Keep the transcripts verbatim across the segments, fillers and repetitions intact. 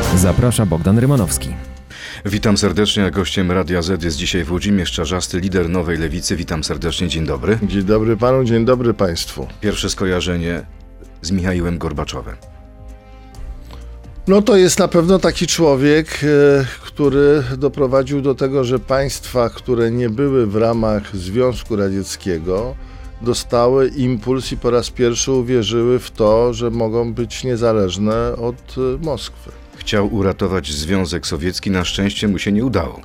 Zaprasza Bogdan Rymanowski. Witam serdecznie. Gościem Radia Z jest dzisiaj Włodzimierz Czarzasty, lider Nowej Lewicy. Witam serdecznie. Dzień dobry. Dzień dobry panu, dzień dobry państwu. Pierwsze skojarzenie z Michaiłem Gorbaczowem. No to jest na pewno taki człowiek, który doprowadził do tego, że państwa, które nie były w ramach Związku Radzieckiego, dostały impuls i po raz pierwszy uwierzyły w to, że mogą być niezależne od Moskwy. Chciał uratować Związek Sowiecki, na szczęście mu się nie udało.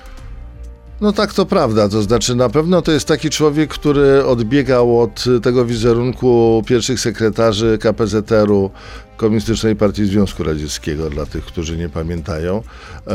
No tak, to prawda, to znaczy na pewno to jest taki człowiek, który odbiegał od tego wizerunku pierwszych sekretarzy K P Z R u, Komunistycznej Partii Związku Radzieckiego, dla tych, którzy nie pamiętają. Eee,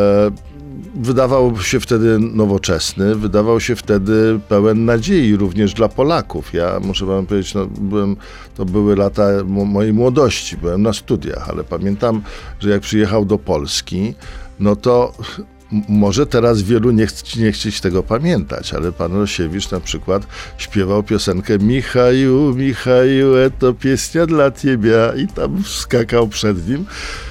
wydawał się wtedy nowoczesny, wydawał się wtedy pełen nadziei również dla Polaków. Ja muszę wam powiedzieć, no, byłem, to były lata mojej młodości, byłem na studiach, ale pamiętam, że jak przyjechał do Polski, no to może teraz wielu nie, ch- nie chcieć tego pamiętać, ale pan Rosiewicz na przykład śpiewał piosenkę Michaju, Michaju, to pieśnia dla ciebie i tam skakał przed nim.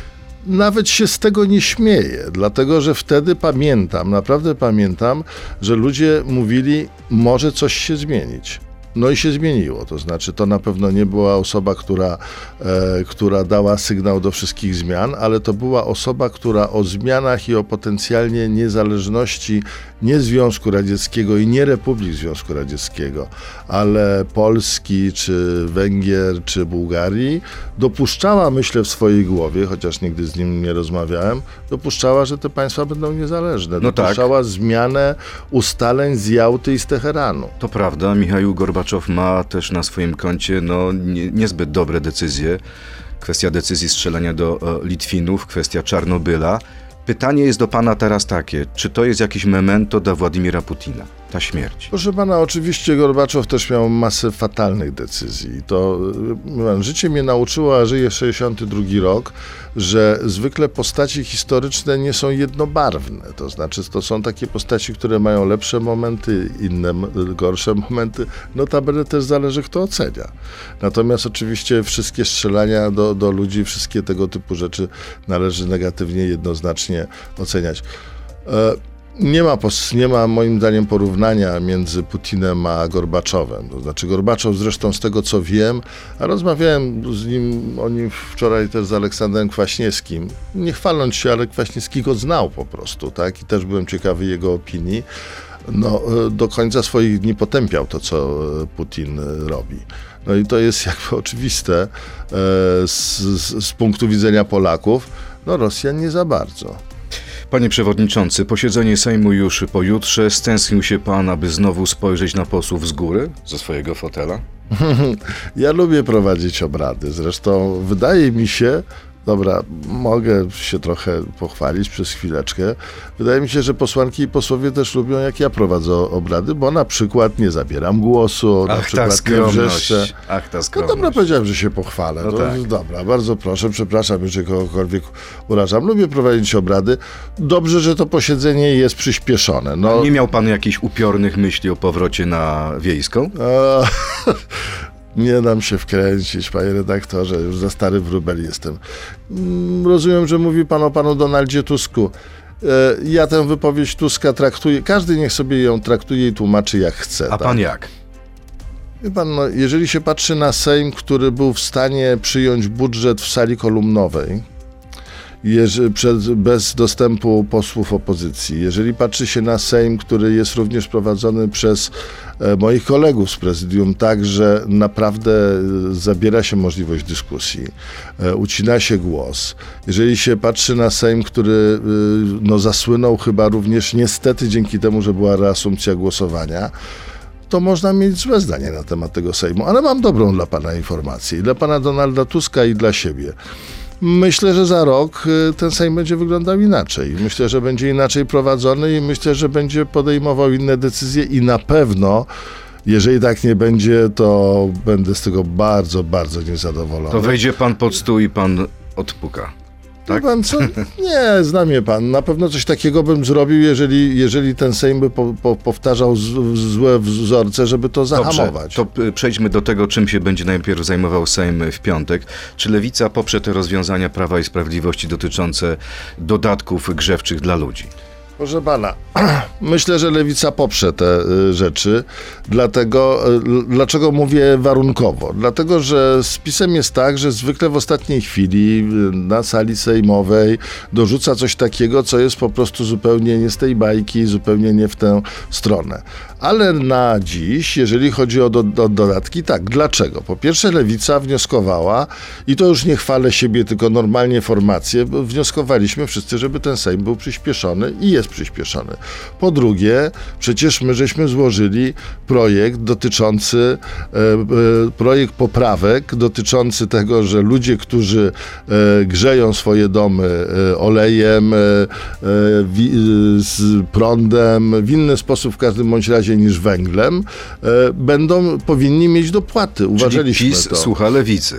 Nawet się z tego nie śmieję, dlatego że wtedy pamiętam, naprawdę pamiętam, że ludzie mówili, może coś się zmienić. No i się zmieniło, to znaczy to na pewno nie była osoba, która, e, która dała sygnał do wszystkich zmian, ale to była osoba, która o zmianach i o potencjalnie niezależności nie Związku Radzieckiego i nie Republik Związku Radzieckiego, ale Polski, czy Węgier, czy Bułgarii, dopuszczała, myślę, w swojej głowie, chociaż nigdy z nim nie rozmawiałem, dopuszczała, że te państwa będą niezależne. No dopuszczała tak. zmianę ustaleń z Jałty i z Teheranu. To prawda, Michaił Gorbaczow ma też na swoim koncie no, nie, niezbyt dobre decyzje. Kwestia decyzji strzelania do e, Litwinów, kwestia Czarnobyla. Pytanie jest do pana teraz takie, czy to jest jakieś memento dla Władimira Putina, ta śmierć? Proszę pana, oczywiście Gorbaczow też miał masę fatalnych decyzji. To y, życie mnie nauczyło, a żyję sześćdziesiąty drugi rok, że zwykle postaci historyczne nie są jednobarwne. To znaczy, to są takie postaci, które mają lepsze momenty, inne gorsze momenty. Notabene też zależy, kto ocenia. Natomiast oczywiście wszystkie strzelania do, do ludzi, wszystkie tego typu rzeczy należy negatywnie, jednoznacznie oceniać. E, Nie ma, nie ma moim zdaniem porównania między Putinem a Gorbaczowem. To znaczy Gorbaczow zresztą z tego co wiem, a rozmawiałem z nim o nim wczoraj też z Aleksandrem Kwaśniewskim. Nie chwaląc się, ale Kwaśniewski go znał po prostu, tak? I też byłem ciekawy jego opinii. No, do końca swoich dni potępiał to, co Putin robi. No i to jest jakby oczywiste e, z, z, z punktu widzenia Polaków. No Rosjan nie za bardzo. Panie przewodniczący, posiedzenie Sejmu już pojutrze. Stęsknił się pan, aby znowu spojrzeć na posłów z góry, ze swojego fotela? Ja lubię prowadzić obrady. Zresztą wydaje mi się, dobra, mogę się trochę pochwalić przez chwileczkę. Wydaje mi się, że posłanki i posłowie też lubią, jak ja prowadzę obrady, bo na przykład nie zabieram głosu, Ach, na przykład ta skromność. nie wrzeszczę. Ach, ta No skromność. dobra, powiedziałem, że się pochwalę. No to, tak. Dobra, bardzo proszę, przepraszam, jeżeli kogokolwiek urażam. Lubię prowadzić obrady. Dobrze, że to posiedzenie jest przyspieszone. No, Nie miał pan jakichś upiornych myśli o powrocie na Wiejską? A, nie dam się wkręcić, panie redaktorze, już za stary wróbel jestem. Mm, Rozumiem, że mówi pan o panu Donaldzie Tusku. E, Ja tę wypowiedź Tuska traktuję, każdy niech sobie ją traktuje i tłumaczy jak chce. A tak? pan jak? Wie pan, no, jeżeli się patrzy na Sejm, który był w stanie przyjąć budżet w sali kolumnowej, Jeży, przed, bez dostępu posłów opozycji. Jeżeli patrzy się na Sejm, który jest również prowadzony przez e, moich kolegów z prezydium, tak, że naprawdę e, zabiera się możliwość dyskusji, e, ucina się głos. Jeżeli się patrzy na Sejm, który e, no, zasłynął chyba również niestety dzięki temu, że była reasumpcja głosowania, to można mieć złe zdanie na temat tego Sejmu. Ale mam dobrą dla pana informację. I dla pana Donalda Tuska, i dla siebie. Myślę, że za rok ten Sejm będzie wyglądał inaczej. Myślę, że będzie inaczej prowadzony i myślę, że będzie podejmował inne decyzje i na pewno, jeżeli tak nie będzie, to będę z tego bardzo, bardzo niezadowolony. To wejdzie pan pod stół i pan odpuka. tak? Wie pan co? Nie, zna mnie pan. Na pewno coś takiego bym zrobił, jeżeli, jeżeli ten Sejm by po, po, powtarzał z, złe wzorce, żeby to zahamować. Dobrze, to przejdźmy do tego, czym się będzie najpierw zajmował Sejm w piątek. Czy Lewica poprze te rozwiązania Prawa i Sprawiedliwości dotyczące dodatków grzewczych dla ludzi? Proszę pana, myślę, że Lewica poprze te y, rzeczy, dlatego, y, dlaczego mówię warunkowo? Dlatego, że z PiS-em jest tak, że zwykle w ostatniej chwili y, na sali sejmowej dorzuca coś takiego, co jest po prostu zupełnie nie z tej bajki, zupełnie nie w tę stronę. Ale na dziś, jeżeli chodzi o do, do, dodatki, tak, dlaczego? Po pierwsze, Lewica wnioskowała, i to już nie chwalę siebie, tylko normalnie formację, bo wnioskowaliśmy wszyscy, żeby ten Sejm był przyspieszony i jest przyspieszony. Po drugie, przecież my żeśmy złożyli projekt dotyczący, e, e, projekt poprawek dotyczący tego, że ludzie, którzy e, grzeją swoje domy e, olejem, e, e, wi, e, z prądem, w inny sposób w każdym bądź razie niż węglem, e, będą, powinni mieć dopłaty. Uważaliśmy Czyli PiS to. słucha Lewicy.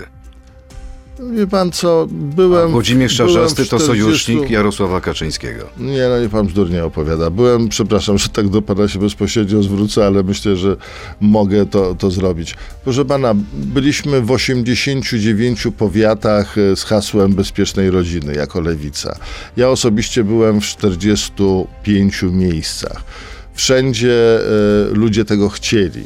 Wie pan co, byłem... A Włodzimierz Czarzasty to czterdziestu sojusznik Jarosława Kaczyńskiego. Nie, no nie pan bzdur nie opowiada. Byłem, przepraszam, że tak do pana się bezpośrednio zwrócę, ale myślę, że mogę to, to zrobić. Proszę pana, byliśmy w osiemdziesięciu dziewięciu powiatach z hasłem bezpiecznej rodziny jako Lewica. Ja osobiście byłem w czterdziestu pięciu miejscach. Wszędzie e, ludzie tego chcieli.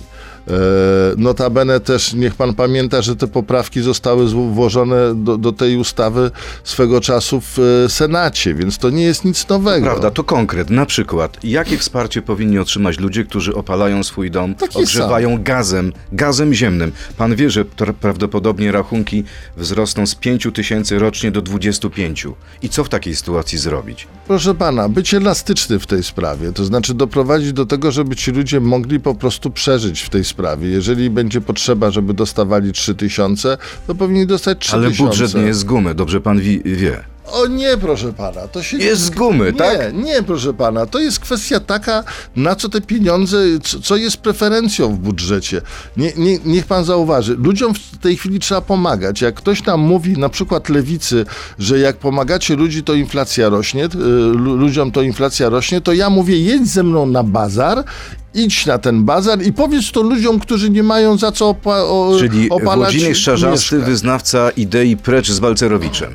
Notabene też niech pan pamięta, że te poprawki zostały włożone do, do tej ustawy swego czasu w Senacie, więc to nie jest nic nowego. Prawda, to konkret. Na przykład, jakie wsparcie powinni otrzymać ludzie, którzy opalają swój dom, Taki ogrzewają sam. gazem, gazem ziemnym? Pan wie, że to prawdopodobnie rachunki wzrosną z pięciu tysięcy rocznie do dwudziestu pięciu. I co w takiej sytuacji zrobić? Proszę pana, być elastyczny w tej sprawie, to znaczy doprowadzić do tego, żeby ci ludzie mogli po prostu przeżyć w tej sprawie. Jeżeli będzie potrzeba, żeby dostawali trzy tysiące, to powinni dostać trzy tysiące. Ale budżet nie jest z gumy, dobrze pan wi- wie. O nie, proszę pana, to się... Jest z gumy, nie, tak? Nie, nie, proszę pana, to jest kwestia taka, na co te pieniądze, co, co jest preferencją w budżecie. Nie, nie, niech pan zauważy, ludziom w tej chwili trzeba pomagać. Jak ktoś nam mówi, na przykład Lewicy, że jak pomagacie ludzi, to inflacja rośnie, lu- ludziom to inflacja rośnie, to ja mówię, jedź ze mną na bazar, idź na ten bazar i powiedz to ludziom, którzy nie mają za co opa- o, Czyli opalać Włodzimierz Czarzasty, mieszkań. wyznawca idei precz z Balcerowiczem.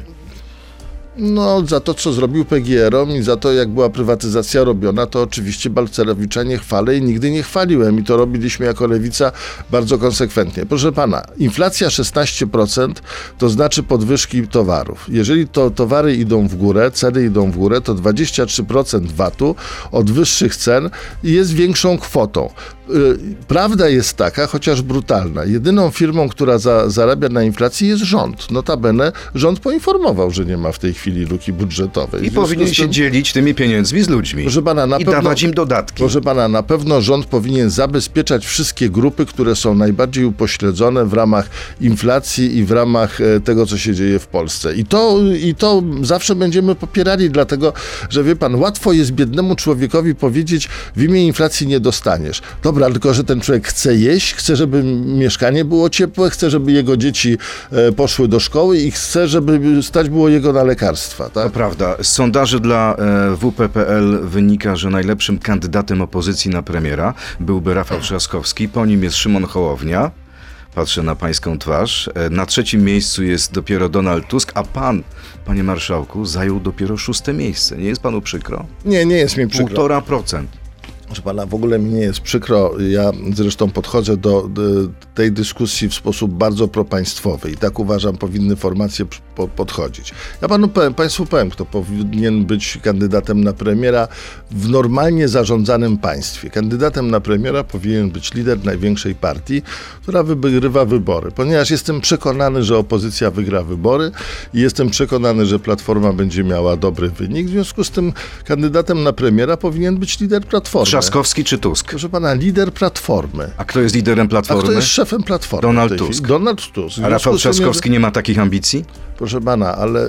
No, za to, co zrobił P G R-om i za to, jak była prywatyzacja robiona, to oczywiście Balcerowicza nie chwalę i nigdy nie chwaliłem i to robiliśmy jako Lewica bardzo konsekwentnie. Proszę pana, inflacja szesnaście procent to znaczy podwyżki towarów. Jeżeli to towary idą w górę, ceny idą w górę, to dwadzieścia trzy procent vatu od wyższych cen jest większą kwotą. Prawda jest taka, chociaż brutalna. Jedyną firmą, która za, zarabia na inflacji jest rząd. Notabene rząd poinformował, że nie ma w tej chwili luki budżetowej. I powinien się tym, dzielić tymi pieniędzmi z ludźmi. proszę pana, na I pewno, dawać im dodatki. Proszę pana, na pewno rząd powinien zabezpieczać wszystkie grupy, które są najbardziej upośledzone w ramach inflacji i w ramach e, tego, co się dzieje w Polsce. I to, I to zawsze będziemy popierali, dlatego, że wie pan, łatwo jest biednemu człowiekowi powiedzieć, w imię inflacji nie dostaniesz. Dobra, tylko że ten człowiek chce jeść, chce, żeby mieszkanie było ciepłe, chce, żeby jego dzieci e, poszły do szkoły i chce, żeby stać było jego na lekarstwa. Tak? To prawda. Z sondaży dla e, W P kropka P L wynika, że najlepszym kandydatem opozycji na premiera byłby Rafał Trzaskowski. Po nim jest Szymon Hołownia. Patrzę na pańską twarz. E, na trzecim miejscu jest dopiero Donald Tusk, a pan, panie marszałku, zajął dopiero szóste miejsce. Nie jest panu przykro? Nie, nie jest mi przykro. Półtora procent. Proszę pana, w ogóle mi nie jest przykro. Ja zresztą podchodzę do, do tej dyskusji w sposób bardzo propaństwowy i tak uważam, powinny formacje po, podchodzić. Ja panu powiem, państwu powiem, kto powinien być kandydatem na premiera w normalnie zarządzanym państwie. Kandydatem na premiera powinien być lider największej partii, która wygrywa wybory. Ponieważ jestem przekonany, że opozycja wygra wybory i jestem przekonany, że Platforma będzie miała dobry wynik. W związku z tym kandydatem na premiera powinien być lider Platformy. Trzaskowski czy Tusk? Proszę pana, lider Platformy. A kto jest liderem A Platformy? kto jest szefem szefem Platformy. Donald w tej Tusk. chwili. Donald Tusk. A Rafał Trzaskowski nie ma takich ambicji? Proszę pana, ale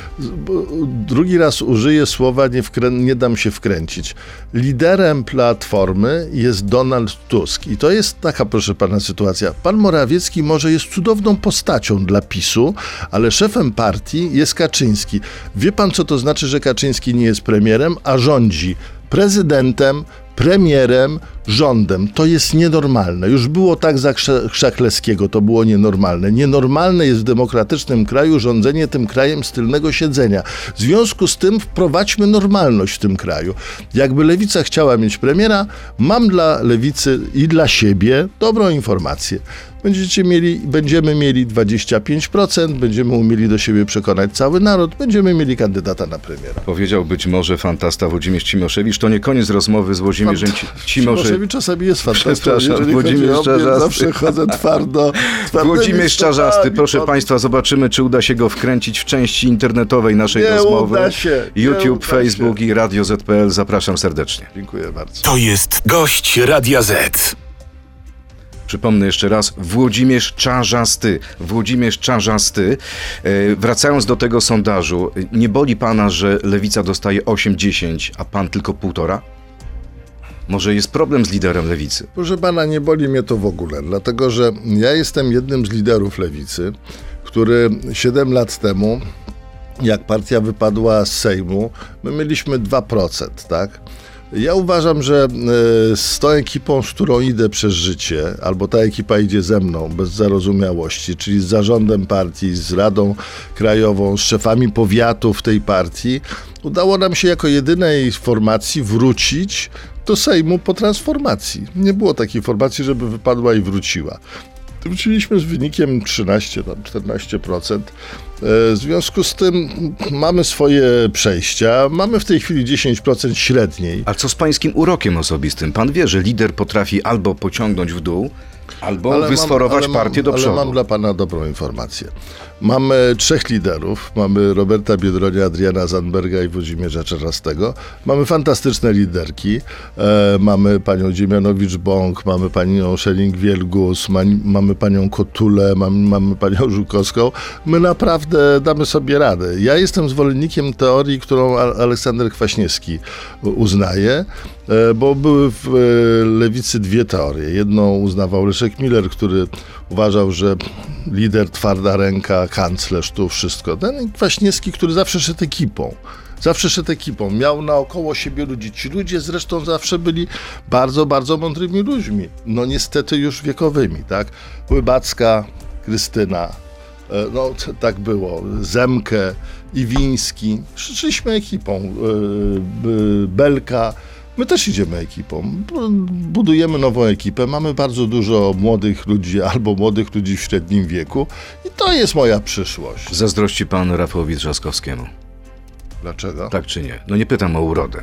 drugi raz użyję słowa, nie, wkrę... nie dam się wkręcić. Liderem Platformy jest Donald Tusk i to jest taka, proszę pana, sytuacja. Pan Morawiecki może jest cudowną postacią dla PiSu, ale szefem partii jest Kaczyński. Wie pan, co to znaczy, że Kaczyński nie jest premierem, a rządzi prezydentem, premierem, rządem. To jest nienormalne. Już było tak za Chrzakleskiego, to było nienormalne. Nienormalne jest w demokratycznym kraju rządzenie tym krajem z tylnego siedzenia. W związku z tym wprowadźmy normalność w tym kraju. Jakby Lewica chciała mieć premiera, mam dla Lewicy i dla siebie dobrą informację. Będziecie mieli, będziemy mieli dwadzieścia pięć procent, będziemy umieli do siebie przekonać cały naród, będziemy mieli kandydata na premiera. Powiedział być może fantasta Włodzimierz Cimoszewicz. To nie koniec rozmowy z Włodzimierzem Cimoszewicz. Cimoszewicz czasami jest fantastyczny. Przepraszam, Włodzimierz Czarzasty. Zawsze chodzę twardo. Włodzimierz Czarzasty, proszę pan... Państwa, zobaczymy, czy uda się go wkręcić w części internetowej naszej nie rozmowy. Uda się, YouTube, uda Facebook się. i Radio Z P L. Zapraszam serdecznie. Dziękuję bardzo. To jest gość Radia Z. Przypomnę jeszcze raz, Włodzimierz Czarzasty. Włodzimierz Czarzasty. E, wracając do tego sondażu, nie boli pana, że Lewica dostaje osiem dziesięć, a pan tylko półtora? Może jest problem z liderem Lewicy? Proszę pana, nie boli mnie to w ogóle, dlatego że ja jestem jednym z liderów Lewicy, który siedem lat temu, jak partia wypadła z Sejmu, my mieliśmy dwa procent, tak? Ja uważam, że z tą ekipą, z którą idę przez życie, albo ta ekipa idzie ze mną bez zarozumiałości, czyli z zarządem partii, z Radą Krajową, z szefami powiatów tej partii, udało nam się jako jedynej formacji wrócić do Sejmu po transformacji. Nie było takiej formacji, żeby wypadła i wróciła. Wróciliśmy z wynikiem trzynaście, tam czternaście procent. W związku z tym mamy swoje przejścia. Mamy w tej chwili dziesięć procent średniej. A co z pańskim urokiem osobistym? Pan wie, że lider potrafi albo pociągnąć w dół, albo Ale wysforować mam, ale partię mam, do przodu. Ale mam dla pana dobrą informację. Mamy trzech liderów. Mamy Roberta Biedronia, Adriana Zandberga i Włodzimierza Czarzastego. Mamy fantastyczne liderki. E, mamy panią Dziemianowicz-Bąk, mamy panią Szelling-Wielgus, ma, mamy panią Kotulę, mamy, mamy panią Żukowską. My naprawdę damy sobie radę. Ja jestem zwolennikiem teorii, którą Aleksander Kwaśniewski uznaje, e, bo były w e, Lewicy dwie teorie. Jedną uznawał Leszek Miller, który uważał, że lider, twarda ręka, kanclerz, tu wszystko. Ten Kwaśniewski, który zawsze szedł ekipą. Zawsze szedł ekipą. Miał naokoło siebie ludzi. Ci ludzie zresztą zawsze byli bardzo, bardzo mądrymi ludźmi. No niestety już wiekowymi, tak? Łybacka, Krystyna, no t- tak było. Zemkę, Iwiński. Szliśmy ekipą. Belka. My też idziemy ekipą. Budujemy nową ekipę. Mamy bardzo dużo młodych ludzi albo młodych ludzi w średnim wieku i to jest moja przyszłość. Zazdrości pan Rafałowi Trzaskowskiemu. Dlaczego? Tak czy nie? No nie pytam o urodę.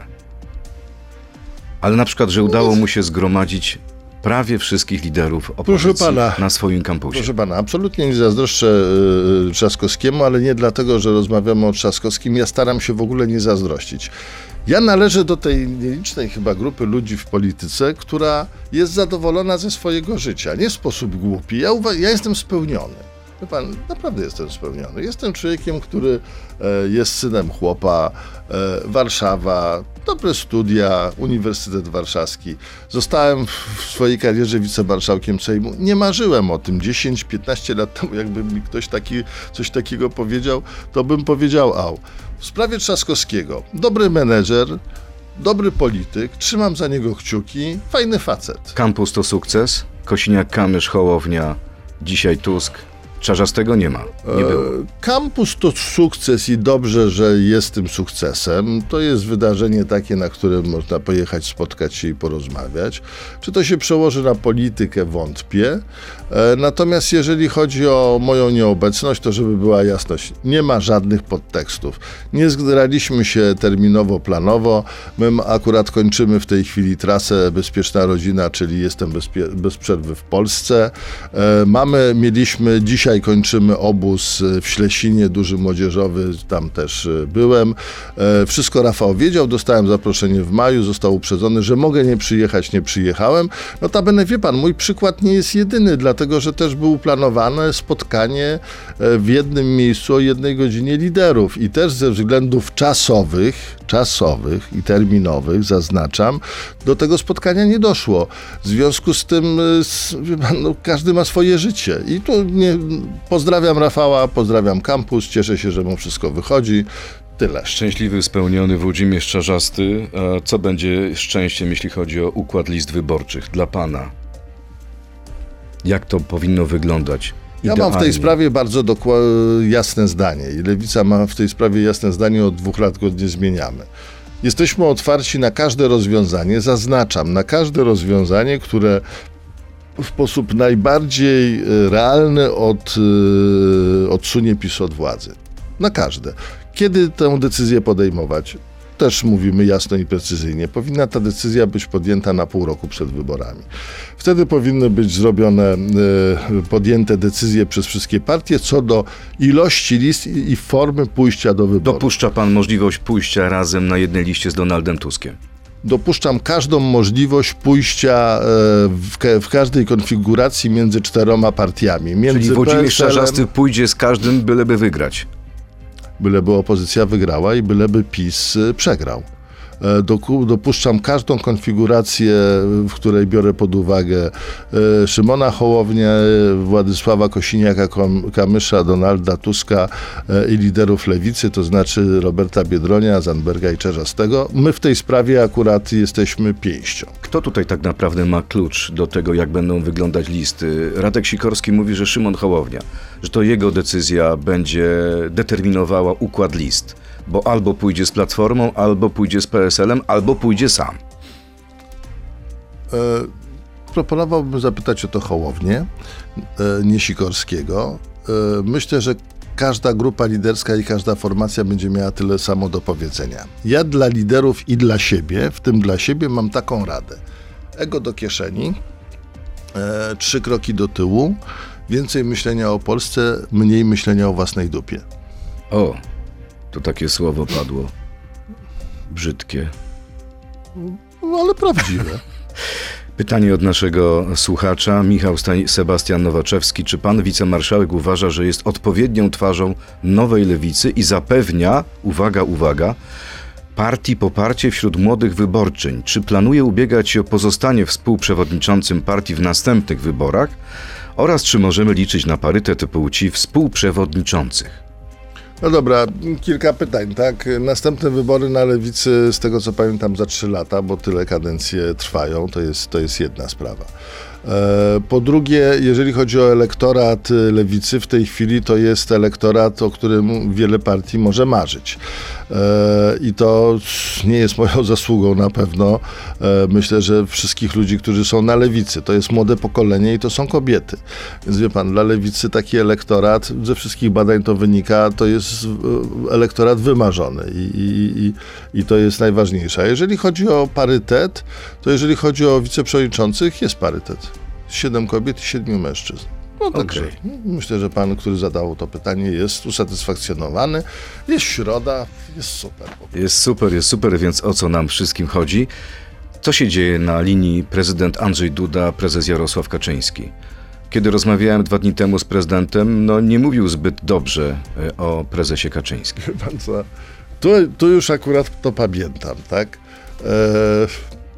Ale na przykład, że udało mu się zgromadzić prawie wszystkich liderów opozycji Proszę pana, na swoim kampusie. Proszę pana, absolutnie nie zazdroszczę y, Trzaskowskiemu, ale nie dlatego, że rozmawiamy o Trzaskowskim. Ja staram się w ogóle nie zazdrościć. Ja należę do tej nielicznej chyba grupy ludzi w polityce, która jest zadowolona ze swojego życia. Nie w sposób głupi. Ja, uwa- ja jestem spełniony. Wie pan, naprawdę jestem spełniony. Jestem człowiekiem, który e, jest synem chłopa, e, Warszawa, dobre studia, Uniwersytet Warszawski. Zostałem w, w swojej karierze wicemarszałkiem Sejmu. Nie marzyłem o tym. dziesięć piętnaście lat temu, jakby mi ktoś taki, coś takiego powiedział, to bym powiedział au. W sprawie Trzaskowskiego. Dobry menedżer, dobry polityk, trzymam za niego kciuki, fajny facet. Kampus to sukces, Kosiniak-Kamysz, Hołownia, dzisiaj Tusk. Czarzastego nie ma, nie było. E, Kampus to sukces i dobrze, że jest tym sukcesem. To jest wydarzenie takie, na którym można pojechać, spotkać się i porozmawiać. Czy to się przełoży na politykę? Wątpię. E, Natomiast jeżeli chodzi o moją nieobecność, to żeby była jasność, nie ma żadnych podtekstów. Nie zgraliśmy się terminowo, planowo. My akurat kończymy w tej chwili trasę Bezpieczna Rodzina, czyli jestem bezpie- bez przerwy w Polsce. E, Mamy, mieliśmy dzisiaj Dzisiaj kończymy obóz w Ślesinie, duży młodzieżowy, tam też byłem. Wszystko Rafał wiedział, dostałem zaproszenie w maju, został uprzedzony, że mogę nie przyjechać, nie przyjechałem. Notabene, wie pan, mój przykład nie jest jedyny, dlatego że też było planowane spotkanie w jednym miejscu o jednej godzinie liderów i też ze względów czasowych, czasowych i terminowych, zaznaczam, do tego spotkania nie doszło. W związku z tym, wie pan, no, każdy ma swoje życie. I tu nie, pozdrawiam Rafała, pozdrawiam kampus, cieszę się, że mu wszystko wychodzi. Tyle. Szczęśliwy, spełniony Włodzimierz Czarzasty. A co będzie szczęściem, jeśli chodzi o układ list wyborczych dla pana? Jak to powinno wyglądać? Ja mam w tej sprawie bardzo dokła- jasne zdanie i Lewica ma w tej sprawie jasne zdanie, od dwóch lat go nie zmieniamy. Jesteśmy otwarci na każde rozwiązanie, zaznaczam, na każde rozwiązanie, które w sposób najbardziej realny od, odsunie PiS od władzy. Na każde. Kiedy tę decyzję podejmować? Też mówimy jasno i precyzyjnie. Powinna ta decyzja być podjęta na pół roku przed wyborami. Wtedy powinny być zrobione, y, podjęte decyzje przez wszystkie partie co do ilości list i, i formy pójścia do wyborów. Dopuszcza pan możliwość pójścia razem na jednej liście z Donaldem Tuskiem? Dopuszczam każdą możliwość pójścia w, ka- w każdej konfiguracji między czteroma partiami. Między Czyli Włodzimierz P S L-em, Czarzasty pójdzie z każdym, byleby wygrać. byleby opozycja wygrała i byleby PiS przegrał. Doku- Dopuszczam każdą konfigurację, w której biorę pod uwagę e, Szymona Hołownię, Władysława Kosiniaka-Kamysza, Donalda Tuska e, i liderów lewicy, to znaczy Roberta Biedronia, Zandberga i Czarzastego. My w tej sprawie akurat jesteśmy pięścią. Kto tutaj tak naprawdę ma klucz do tego, jak będą wyglądać listy? Radek Sikorski mówi, że Szymon Hołownia, że to jego decyzja będzie determinowała układ list, bo albo pójdzie z Platformą, albo pójdzie z P S L-em, albo pójdzie sam. E, proponowałbym zapytać o to Hołownię, e, nie Sikorskiego. E, myślę, że każda grupa liderska i każda formacja będzie miała tyle samo do powiedzenia. Ja dla liderów i dla siebie, w tym dla siebie, mam taką radę. Ego do kieszeni, e, trzy kroki do tyłu, więcej myślenia o Polsce, mniej myślenia o własnej dupie. O, to takie słowo padło. Brzydkie. No, ale prawdziwe. Pytanie od naszego słuchacza, Michał Stań- Sebastian Nowaczewski. Czy pan wicemarszałek uważa, że jest odpowiednią twarzą nowej lewicy i zapewnia, uwaga, uwaga, partii poparcie wśród młodych wyborczyń? Czy planuje ubiegać się o pozostanie współprzewodniczącym partii w następnych wyborach? Oraz czy możemy liczyć na parytet płci współprzewodniczących? No dobra, kilka pytań, tak? Następne wybory na lewicy, z tego co pamiętam, za trzy lata, bo tyle kadencje trwają, to jest, to jest jedna sprawa. Po drugie, jeżeli chodzi o elektorat lewicy, w tej chwili to jest elektorat, o którym wiele partii może marzyć. I to nie jest moją zasługą na pewno. Myślę, że wszystkich ludzi, którzy są na lewicy. To jest młode pokolenie i to są kobiety. Więc wie pan, dla lewicy taki elektorat, ze wszystkich badań to wynika, to jest elektorat wymarzony i, i, i, i to jest najważniejsze. A jeżeli chodzi o parytet, to jeżeli chodzi o wiceprzewodniczących, jest parytet. Siedem kobiet i siedmiu mężczyzn. No także Okay. myślę, że pan, który zadał to pytanie, jest usatysfakcjonowany. Jest środa, jest super. Jest super, jest super, więc o co nam wszystkim chodzi? Co się dzieje na linii prezydent Andrzej Duda, prezes Jarosław Kaczyński? Kiedy rozmawiałem dwa dni temu z prezydentem, no nie mówił zbyt dobrze o prezesie Kaczyńskim. Wie pan co? Tu, tu już akurat to pamiętam, tak? Eee,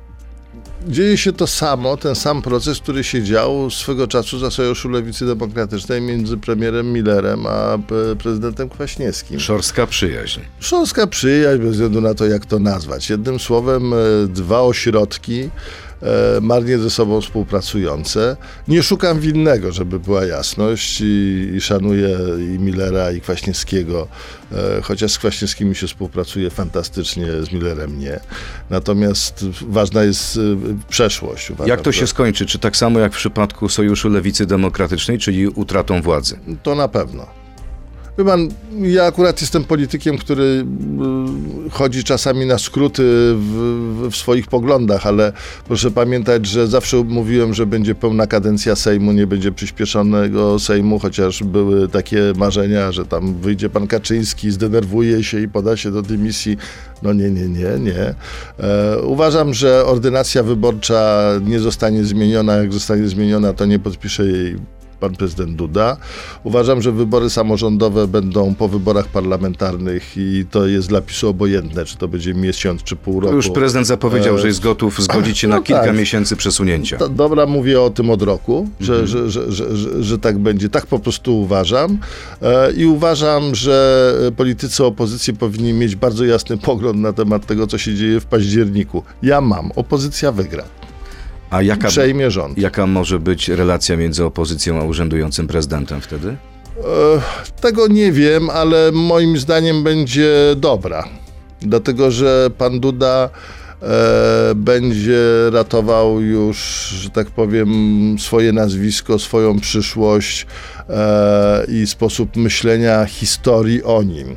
dzieje się to samo, ten sam proces, który się dział swego czasu za Sojuszu Lewicy Demokratycznej między premierem Millerem a p- prezydentem Kwaśniewskim. Szorstka przyjaźń. Szorstka przyjaźń, bez względu na to, jak to nazwać. Jednym słowem, e, dwa ośrodki e, marnie ze sobą współpracujące. Nie szukam winnego, żeby była jasność i, i szanuję i Millera, i Kwaśniewskiego, e, chociaż z Kwaśniewskim się współpracuje fantastycznie, z Millerem nie. Natomiast ważna jest e, przeszłość. Uważam, Jak to się że skończy? Czy tak samo jak w przypadku Sojuszu Lewicy Demokratycznej, czyli utratą władzy? to na pewno. Wie pan, ja akurat jestem politykiem, który chodzi czasami na skróty w, w swoich poglądach, ale proszę pamiętać, że zawsze mówiłem, że będzie pełna kadencja Sejmu, nie będzie przyspieszonego Sejmu, chociaż były takie marzenia, że tam wyjdzie pan Kaczyński, zdenerwuje się i poda się do dymisji. No nie, nie, nie, nie. E, uważam, że ordynacja wyborcza nie zostanie zmieniona. Jak zostanie zmieniona, to nie podpisze jej pan prezydent Duda. Uważam, że wybory samorządowe będą po wyborach parlamentarnych i to jest dla PiSu obojętne, czy to będzie miesiąc, czy pół roku. Już prezydent zapowiedział, że jest gotów zgodzić się no na kilka tak. miesięcy przesunięcia. To, dobra, mówię o tym od roku, że, mhm. że, że, że, że, że tak będzie. Tak po prostu uważam. E, I uważam, że politycy opozycji powinni mieć bardzo jasny pogląd na temat tego, co się dzieje w październiku. Ja mam. Opozycja wygra. A jaka, przejmie rząd. Jaka może być relacja między opozycją a urzędującym prezydentem wtedy? E, tego nie wiem, ale moim zdaniem będzie dobra. Dlatego, że pan Duda e, będzie ratował już, że tak powiem, swoje nazwisko, swoją przyszłość e, i sposób myślenia historii o nim.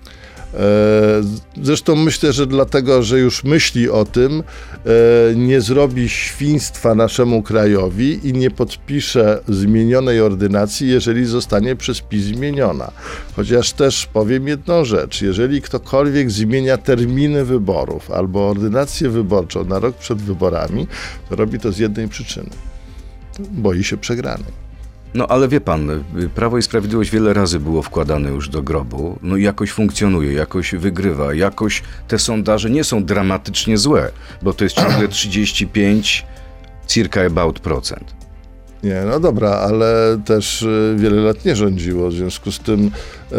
Zresztą myślę, że dlatego, że już myśli o tym, nie zrobi świństwa naszemu krajowi i nie podpisze zmienionej ordynacji, jeżeli zostanie przez PiS zmieniona. Chociaż też powiem jedną rzecz. Jeżeli ktokolwiek zmienia terminy wyborów albo ordynację wyborczą na rok przed wyborami, to robi to z jednej przyczyny. Boi się przegranej. No ale wie pan, Prawo i Sprawiedliwość wiele razy było wkładane już do grobu, no i jakoś funkcjonuje, jakoś wygrywa, jakoś te sondaże nie są dramatycznie złe, bo to jest ciągle trzydzieści pięć, circa about procent. Nie, no dobra, ale też y, wiele lat nie rządziło, w związku z tym... Y,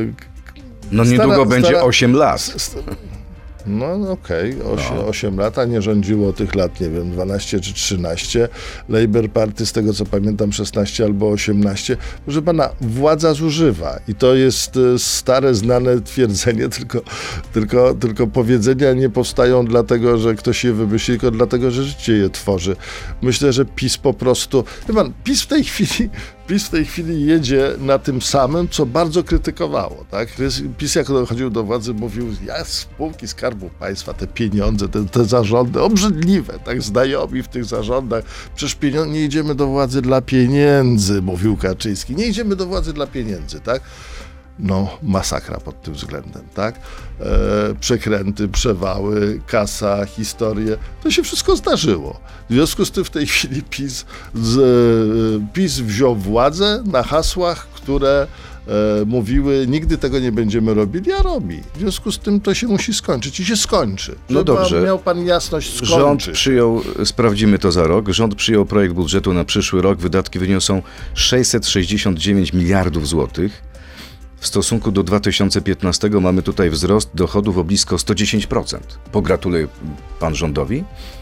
no niedługo stara, będzie stara, osiem lat. St- No okej, okay. No. osiem lat, a nie rządziło tych lat, nie wiem, dwanaście czy trzynaście. Labour Party, z tego co pamiętam, szesnaście albo osiemnaście. Proszę pana, władza zużywa i to jest stare, znane twierdzenie, tylko, tylko, tylko powiedzenia nie powstają dlatego, że ktoś je wymyśli, tylko dlatego, że życie je tworzy. Myślę, że PiS po prostu... Wie pan, PiS w tej chwili... PiS w tej chwili jedzie na tym samym, co bardzo krytykowało. Tak? PiS jak dochodził do władzy, mówił, ja spółki Skarbu Państwa, te pieniądze, te, te zarządy, obrzydliwe, tak, znajomi w tych zarządach. Przecież pieniądze, nie idziemy do władzy dla pieniędzy, mówił Kaczyński. Nie idziemy do władzy dla pieniędzy, tak? No, masakra pod tym względem, tak? E, przekręty, przewały, kasa, historie, to się wszystko zdarzyło. W związku z tym w tej chwili PiS, z, e, PiS wziął władzę na hasłach, które e, mówiły, nigdy tego nie będziemy robili, a robi. W związku z tym to się musi skończyć i się skończy. No dobrze. Miał pan jasność, skończy. Rząd przyjął, sprawdzimy to za rok, rząd przyjął projekt budżetu na przyszły rok, wydatki wyniosą sześćset sześćdziesiąt dziewięć miliardów złotych. W stosunku do dwa tysiące piętnastego mamy tutaj wzrost dochodów o blisko sto dziesięć procent. Pogratuluje pan rządowi?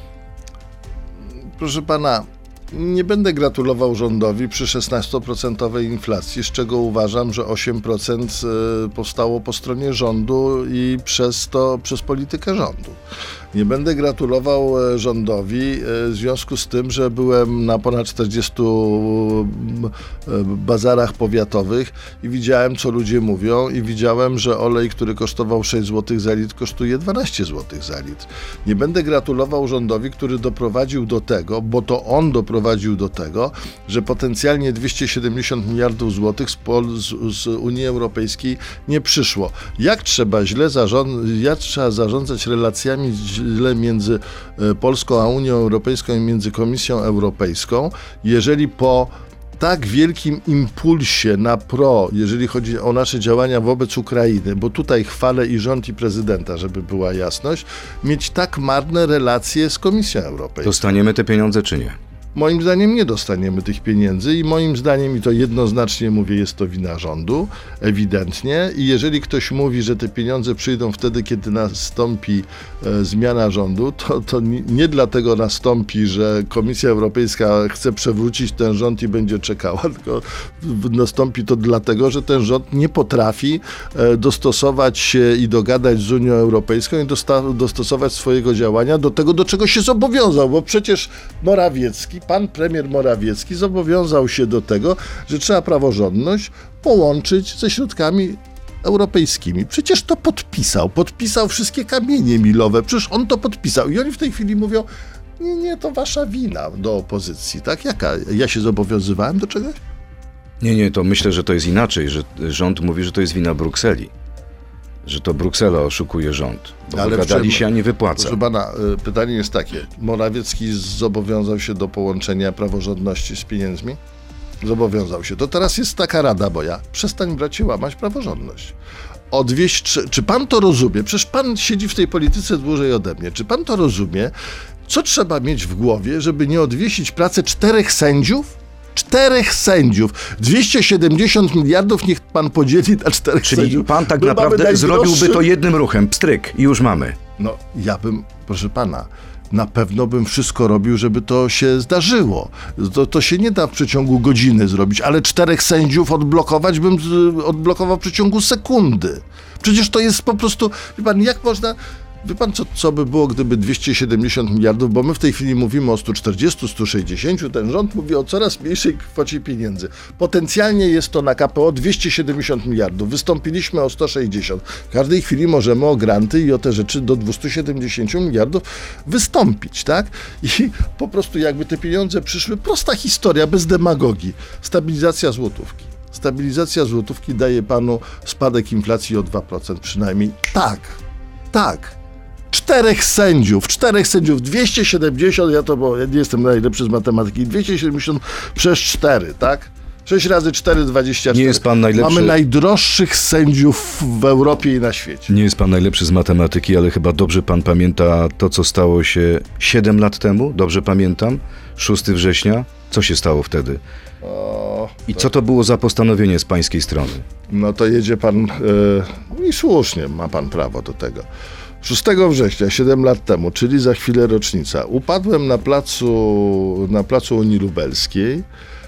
Proszę pana, nie będę gratulował rządowi przy szesnastoprocentowej inflacji, z czego uważam, że osiem procent powstało po stronie rządu i przez to, przez politykę rządu. Nie będę gratulował rządowi w związku z tym, że byłem na ponad czterdziestu bazarach powiatowych i widziałem, co ludzie mówią i widziałem, że olej, który kosztował sześć złotych za litr, kosztuje dwanaście złotych za litr. Nie będę gratulował rządowi, który doprowadził do tego, bo to on doprowadził do tego, że potencjalnie dwieście siedemdziesiąt miliardów złotych z, Pol- z, z Unii Europejskiej nie przyszło. Jak trzeba źle zarządzać, jak trzeba zarządzać relacjami źle między Polską a Unią Europejską i między Komisją Europejską, jeżeli po tak wielkim impulsie na pro, jeżeli chodzi o nasze działania wobec Ukrainy, bo tutaj chwalę i rząd, i prezydenta, żeby była jasność, mieć tak marne relacje z Komisją Europejską. Dostaniemy te pieniądze czy nie? Moim zdaniem nie dostaniemy tych pieniędzy i moim zdaniem, i to jednoznacznie mówię, jest to wina rządu, ewidentnie. I jeżeli ktoś mówi, że te pieniądze przyjdą wtedy, kiedy nastąpi e, zmiana rządu, to, to nie, nie dlatego nastąpi, że Komisja Europejska chce przewrócić ten rząd i będzie czekała, tylko nastąpi to dlatego, że ten rząd nie potrafi e, dostosować się i dogadać z Unią Europejską i dosta- dostosować swojego działania do tego, do czego się zobowiązał, bo przecież Morawiecki pan premier Morawiecki zobowiązał się do tego, że trzeba praworządność połączyć ze środkami europejskimi. Przecież to podpisał. Podpisał wszystkie kamienie milowe. Przecież on to podpisał. I oni w tej chwili mówią, nie, nie, to wasza wina do opozycji. Tak? Jaka? Ja się zobowiązywałem do czegoś? Nie, nie, to myślę, że to jest inaczej, że rząd mówi, że to jest wina Brukseli. Że to Bruksela oszukuje rząd. Bo Ale wygadali czym, się, a nie wypłaca. Proszę pana, pytanie jest takie. Morawiecki zobowiązał się do połączenia praworządności z pieniędzmi? Zobowiązał się. To teraz jest taka rada moja. Przestań, bracie, łamać praworządność. Odwieźć, czy, czy pan to rozumie? Przecież pan siedzi w tej polityce dłużej ode mnie. Czy pan to rozumie? Co trzeba mieć w głowie, żeby nie odwiesić pracę czterech sędziów? Czterech sędziów. dwieście siedemdziesiąt miliardów niech pan podzieli na czterech Czyli sędziów. pan tak My naprawdę mamy zrobiłby najdroższy- to jednym ruchem. Pstryk i już mamy. No, ja bym, proszę pana, na pewno bym wszystko robił, żeby to się zdarzyło. To, to się nie da w przeciągu godziny zrobić, ale czterech sędziów odblokować bym z, odblokował w przeciągu sekundy. Przecież to jest po prostu, wie pan, jak można... Wie pan, co, co by było, gdyby dwieście siedemdziesiąt miliardów, bo my w tej chwili mówimy o stu czterdziestu, stu sześćdziesięciu, ten rząd mówi o coraz mniejszej kwocie pieniędzy. Potencjalnie jest to na K P O dwieście siedemdziesiąt miliardów. Wystąpiliśmy o sto sześćdziesiąt. W każdej chwili możemy o granty i o te rzeczy do dwieście siedemdziesiąt miliardów wystąpić, tak? I po prostu jakby te pieniądze przyszły, prosta historia, bez demagogii. Stabilizacja złotówki. Stabilizacja złotówki daje panu spadek inflacji o dwa procent przynajmniej. Tak, tak. Czterech sędziów, czterech sędziów, dwieście siedemdziesiąt, ja to, bo ja nie jestem najlepszy z matematyki, dwieście siedemdziesiąt przez cztery, tak? sześć razy cztery, dwadzieścia cztery. Nie jest pan najlepszy. Mamy najdroższych sędziów w Europie i na świecie. Nie jest pan najlepszy z matematyki, ale chyba dobrze pan pamięta to, co stało się siedem lat temu. Dobrze pamiętam. szóstego września. Co się stało wtedy? O, I co to było za postanowienie z pańskiej strony? no to jedzie pan, yy, i słusznie, ma pan prawo do tego. szóstego września, siedem lat temu, czyli za chwilę rocznica, upadłem na placu, na placu Unii Lubelskiej,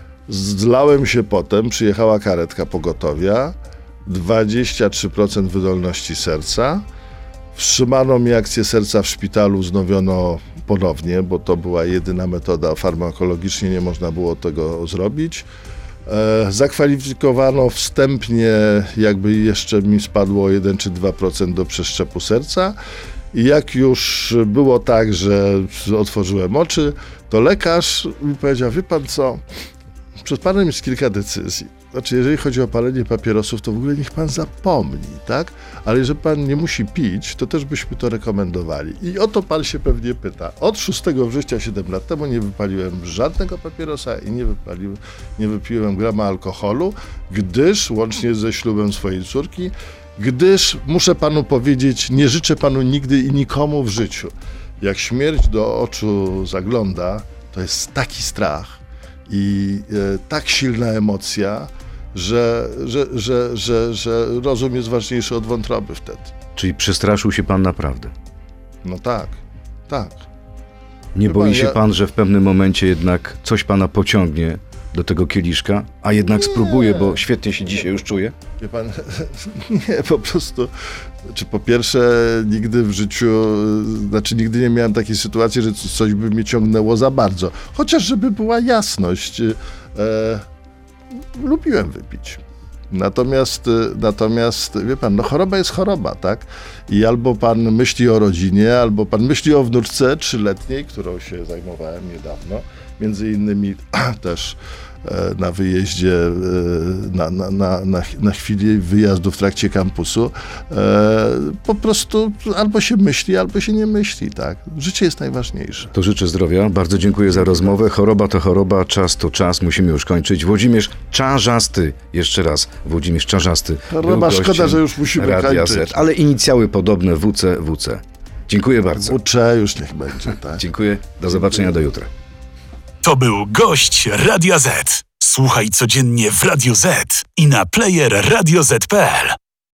zlałem się potem, przyjechała karetka pogotowia, dwadzieścia trzy procent wydolności serca, wstrzymano mi akcję serca w szpitalu, wznowiono ponownie, bo to była jedyna metoda, farmakologicznie nie można było tego zrobić. E, zakwalifikowano wstępnie, jakby jeszcze mi spadło o jeden czy dwa procent do przeszczepu serca i jak już było tak, że otworzyłem oczy, to lekarz mi powiedział, wie pan co, przed panem jest kilka decyzji. Znaczy, jeżeli chodzi o palenie papierosów, to w ogóle niech pan zapomni, tak? Ale jeżeli pan nie musi pić, to też byśmy to rekomendowali. I o to pan się pewnie pyta. Od szóstego września, siedem lat temu, nie wypaliłem żadnego papierosa i nie, wypaliłem, nie wypiłem grama alkoholu, gdyż, łącznie ze ślubem swojej córki, gdyż, muszę panu powiedzieć, nie życzę panu nigdy i nikomu w życiu. Jak śmierć do oczu zagląda, to jest taki strach i e, tak silna emocja, że, że, że, że, że rozum jest ważniejszy od wątroby wtedy. Czyli przestraszył się pan naprawdę? No tak, tak. Nie Wie boi pan, się ja- pan, że w pewnym momencie jednak coś pana pociągnie do tego kieliszka, a jednak spróbuje, bo świetnie się dzisiaj już czuje? Wie pan, nie, po prostu, znaczy po pierwsze nigdy w życiu, znaczy nigdy nie miałem takiej sytuacji, że coś by mnie ciągnęło za bardzo. Chociaż żeby była jasność, e, lubiłem wypić. Natomiast, natomiast, wie pan, no choroba jest choroba, tak? I albo pan myśli o rodzinie, albo pan myśli o wnuczce trzyletniej, którą się zajmowałem niedawno, między innymi też e, na wyjeździe, e, na, na, na, na, na chwili wyjazdu w trakcie kampusu, e, po prostu albo się myśli, albo się nie myśli, tak? Życie jest najważniejsze. To życzę zdrowia, bardzo dziękuję za rozmowę. Choroba to choroba, czas to czas, musimy już kończyć. Włodzimierz Czarzasty, jeszcze raz, Włodzimierz Czarzasty. Choroba, był szkoda, gościem że już musimy Radia kończyć. Z, ale inicjały podobne, W C W C. Dziękuję bardzo. Uczę, już niech będzie, tak? Dziękuję, do zobaczenia, do jutra. To był gość Radia Z. Słuchaj codziennie w Radio Z i na player radio zet kropka pe el.